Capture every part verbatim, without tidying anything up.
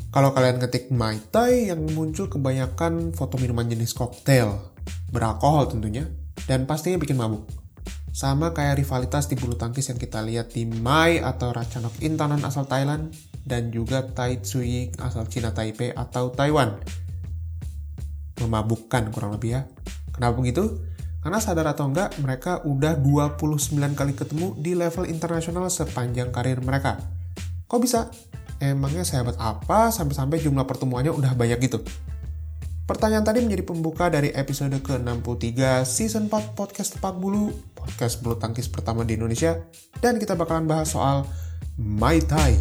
Kalau kalian ketik Mai Tai, yang muncul kebanyakan foto minuman jenis koktail, beralkohol tentunya, dan pastinya bikin mabuk. Sama kayak rivalitas di bulu tangkis yang kita lihat di Mai atau Ratchanok Intanon asal Thailand, dan juga Tai Tzu Ying asal Cina Taipei atau Taiwan. Memabukkan kurang lebih ya. Kenapa begitu? Karena sadar atau enggak, mereka udah dua puluh sembilan kali ketemu di level internasional sepanjang karir mereka. Kok bisa? Emangnya sehebat apa sampai-sampai jumlah pertemuannya udah banyak gitu? Pertanyaan tadi menjadi pembuka dari episode ke enam puluh tiga Season empat Podcast Tepak Bulu, podcast bulu tangkis pertama di Indonesia, dan kita bakalan bahas soal Mai Tai.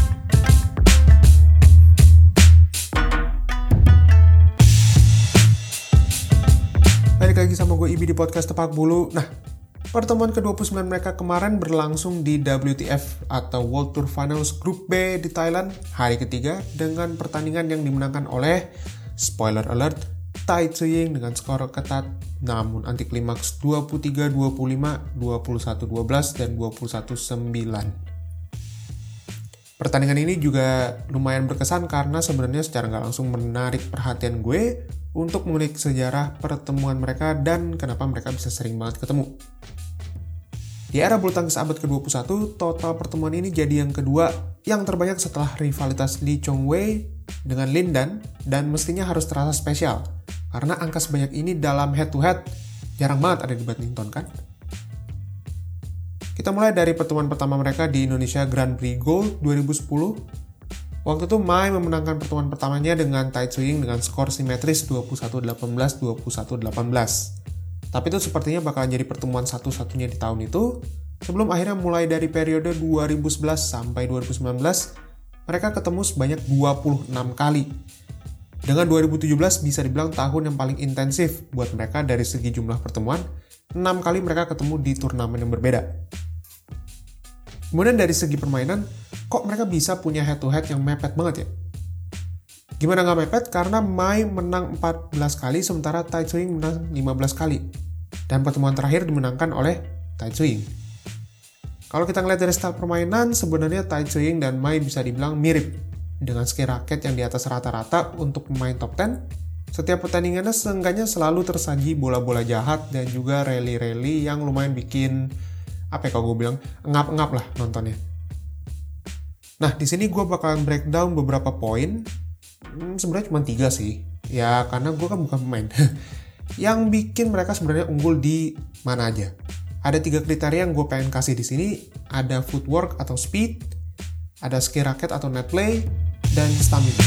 Balik lagi sama gue Ibi di podcast Tepak Bulu. Nah, pertemuan ke dua puluh sembilan mereka kemarin berlangsung di W T F atau World Tour Finals Group B di Thailand hari ketiga dengan pertandingan yang dimenangkan oleh, spoiler alert, Tai Tzu Ying dengan skor ketat namun anti klimaks dua puluh tiga dua puluh lima, dua puluh satu dua belas, dan dua puluh satu sembilan. Pertandingan ini juga lumayan berkesan karena sebenarnya secara nggak langsung menarik perhatian gue untuk mengulik sejarah pertemuan mereka dan kenapa mereka bisa sering banget ketemu. Di era bulu tangkis abad ke dua puluh satu, total pertemuan ini jadi yang kedua yang terbanyak setelah rivalitas Lee Chong Wei dengan Lin Dan, dan mestinya harus terasa spesial karena angka sebanyak ini dalam head to head jarang banget ada di badminton kan? Kita mulai dari pertemuan pertama mereka di Indonesia Grand Prix Gold dua ribu sepuluh. Waktu itu Mai memenangkan pertemuan pertamanya dengan Tai Tzu Ying dengan skor simetris dua puluh satu delapan belas, dua puluh satu delapan belas. Tapi itu sepertinya bakalan jadi pertemuan satu-satunya di tahun itu, sebelum akhirnya mulai dari periode dua ribu sebelas sampai dua ribu sembilan belas, mereka ketemu sebanyak dua puluh enam kali. Dengan dua ribu tujuh belas bisa dibilang tahun yang paling intensif buat mereka dari segi jumlah pertemuan, enam kali mereka ketemu di turnamen yang berbeda. Kemudian dari segi permainan, kok mereka bisa punya head-to-head yang mepet banget ya? Gimana nggak mepet? Karena Mai menang empat belas kali, sementara Tai Tzu Ying menang lima belas kali. Dan pertemuan terakhir dimenangkan oleh Tai Tzu Ying. Kalau kita ngeliat dari style permainan, sebenarnya Tai Tzu Ying dan Mai bisa dibilang mirip. Dengan skill raket yang di atas rata-rata untuk pemain top sepuluh, setiap pertandingannya seenggaknya selalu tersaji bola-bola jahat dan juga rally-rally yang lumayan bikin, apa ya kalau gue bilang, engap-engap lah nontonnya. Nah, di sini gue bakalan breakdown beberapa poin. Hmm, sebenarnya cuma tiga sih. Ya, karena gue kan bukan pemain. Yang bikin mereka sebenarnya unggul di mana aja. Ada tiga kriteria yang gue pengen kasih di sini. Ada footwork atau speed, ada skill raket atau net play, dan stamina.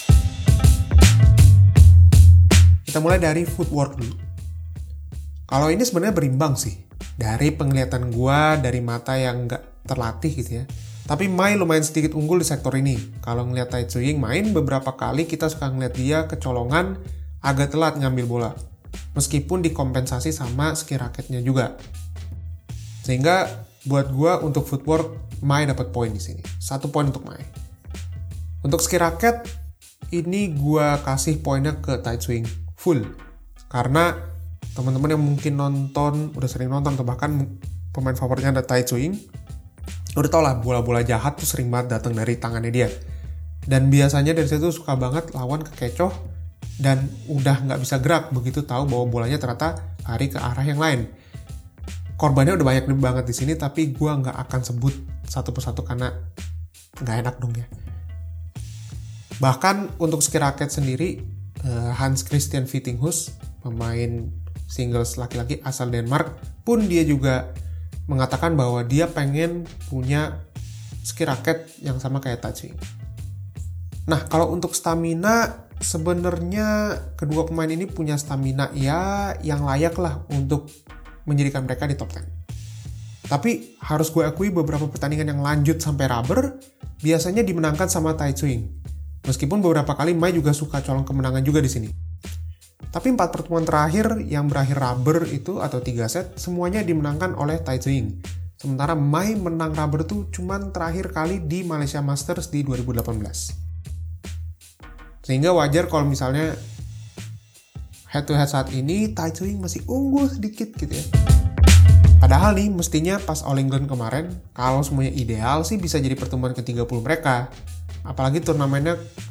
Kita mulai dari footwork dulu. Kalau ini sebenarnya berimbang sih. Dari penglihatan gue, dari mata yang nggak terlatih gitu ya. Tapi Mai lumayan sedikit unggul di sektor ini. Kalau ngeliat Tai Tzu Ying main, beberapa kali kita suka ngeliat dia kecolongan, agak telat ngambil bola. Meskipun dikompensasi sama skill raketnya juga. Sehingga buat gue untuk footwork, Mai dapat poin di sini. Satu poin untuk Mai. Untuk skill raket, ini gue kasih poinnya ke Tai Tzu Ying full. Karena teman-teman yang mungkin nonton, udah sering nonton, atau bahkan pemain favoritnya ada Tai Tzu Ying, udah tau lah bola-bola jahat tuh sering banget datang dari tangannya dia. Dan biasanya dari situ suka banget lawan kekecoh dan udah nggak bisa gerak begitu tahu bahwa bolanya ternyata lari ke arah yang lain. Korbannya udah banyak banget di sini, tapi gue nggak akan sebut satu persatu karena nggak enak dong ya. Bahkan untuk skill raket sendiri, Hans Christian Vittinghus, pemain singles laki-laki asal Denmark, pun dia juga mengatakan bahwa dia pengen punya skill raket yang sama kayak Tai Tzu Ying. Nah, kalau untuk stamina, sebenarnya kedua pemain ini punya stamina ya yang layak lah untuk menjadikan mereka di top sepuluh. Tapi harus gue akui beberapa pertandingan yang lanjut sampai rubber biasanya dimenangkan sama Tai Tzu Ying. Meskipun beberapa kali Mai juga suka colong kemenangan juga di sini. Tapi empat pertemuan terakhir yang berakhir rubber itu atau tiga set semuanya dimenangkan oleh Tai Tzu Ying. Sementara Mai menang rubber tuh cuman terakhir kali di Malaysia Masters di dua ribu delapan belas. Sehingga wajar kalau misalnya head to head saat ini Tai Tzu Ying masih unggul sedikit gitu ya. Padahal nih mestinya pas All England kemarin kalau semuanya ideal sih bisa jadi pertemuan ke tiga puluh mereka. Apalagi turnamennya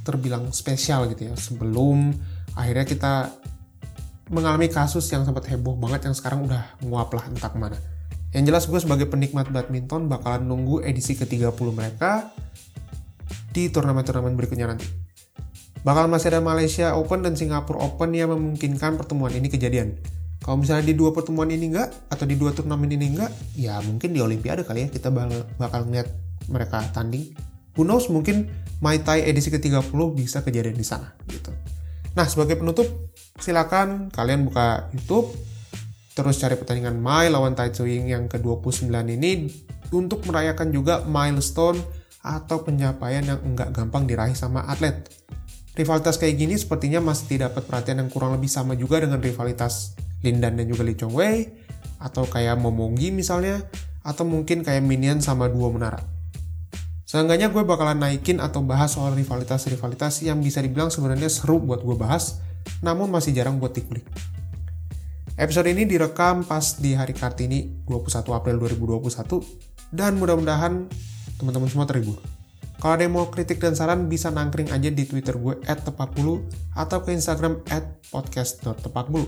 terbilang spesial gitu ya, sebelum akhirnya kita mengalami kasus yang sempat heboh banget yang sekarang udah nguap lah entah kemana. Yang jelas gue sebagai penikmat badminton bakalan nunggu edisi ke tiga puluh mereka di turnamen-turnamen berikutnya nanti. Bakal masih ada Malaysia Open dan Singapura Open yang memungkinkan pertemuan ini kejadian. Kalau misalnya di dua pertemuan ini enggak, atau di dua turnamen ini enggak, ya mungkin di Olimpiade kali ya kita bakal ngeliat mereka tanding. Who knows, mungkin Muay Thai edisi ke tiga puluh bisa kejadian di sana gitu. Nah, sebagai penutup, silakan kalian buka YouTube, terus cari pertandingan Mai lawan Tai Tzu Ying yang ke dua puluh sembilan ini untuk merayakan juga milestone atau pencapaian yang enggak gampang diraih sama atlet. Rivalitas kayak gini sepertinya masih tidak dapat perhatian yang kurang lebih sama juga dengan rivalitas Lin Dan dan juga Lee Chong Wei, atau kayak Momongi misalnya, atau mungkin kayak Minion sama Duo Menara. Seenggaknya gue bakalan naikin atau bahas soal rivalitas-rivalitas yang bisa dibilang sebenarnya seru buat gue bahas, namun masih jarang buat dikulik. Episode ini direkam pas di hari Kartini dua puluh satu April dua ribu dua puluh satu, dan mudah-mudahan teman-teman semua terhibur. Kalau ada yang mau kritik dan saran, bisa nangkring aja di Twitter gue at tepakbulu atau ke Instagram at podcast dot tepakbulu.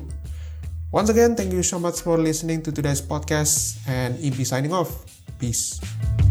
Once again, thank you so much for listening to today's podcast, and Ibi signing off. Peace.